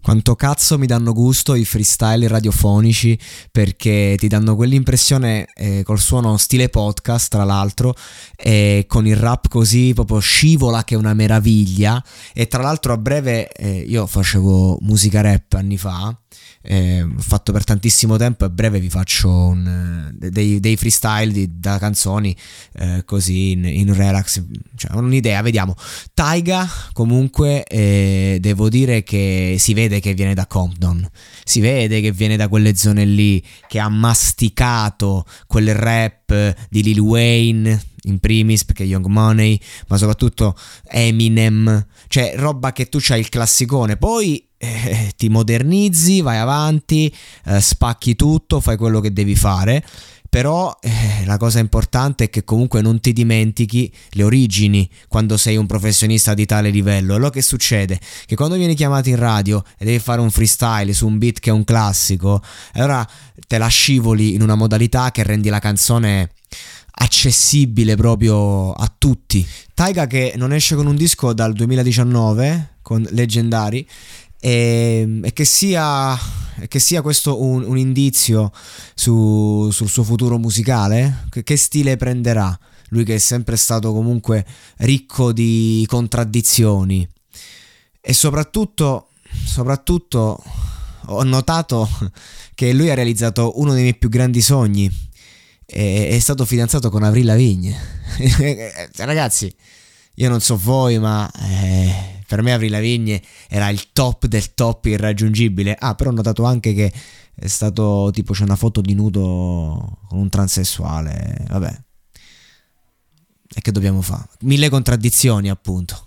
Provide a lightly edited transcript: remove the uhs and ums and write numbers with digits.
Quanto cazzo mi danno gusto i freestyle radiofonici, perché ti danno quell'impressione col suono stile podcast, tra l'altro, e con il rap così proprio scivola, che è una meraviglia. E tra l'altro a breve io facevo musica rap anni fa, ho fatto per tantissimo tempo, e a breve vi faccio dei freestyle da canzoni, così in relax, cioè un'idea, vediamo. Tyga comunque, devo dire che si vede che viene da Compton, si vede che viene da quelle zone lì, che ha masticato quel rap di Lil Wayne in primis, perché Young Money, ma soprattutto Eminem, cioè roba che tu c'hai il classicone, poi ti modernizzi, vai avanti, spacchi tutto, fai quello che devi fare. Però la cosa importante è che comunque non ti dimentichi le origini quando sei un professionista di tale livello. Allora che succede? Che quando vieni chiamato in radio e devi fare un freestyle su un beat che è un classico, allora te la scivoli in una modalità che rendi la canzone accessibile proprio a tutti. Tyga, che non esce con un disco dal 2019 con Leggendari, e che sia questo un indizio sul suo futuro musicale, che stile prenderà lui, che è sempre stato comunque ricco di contraddizioni. E soprattutto ho notato che lui ha realizzato uno dei miei più grandi sogni, è stato fidanzato con Avril Lavigne. Ragazzi, io non so voi, ma per me Avril Lavigne era il top del top, irraggiungibile. Però ho notato anche che è stato tipo, c'è una foto di nudo con un transessuale. Vabbè, e che dobbiamo fare? Mille contraddizioni, appunto.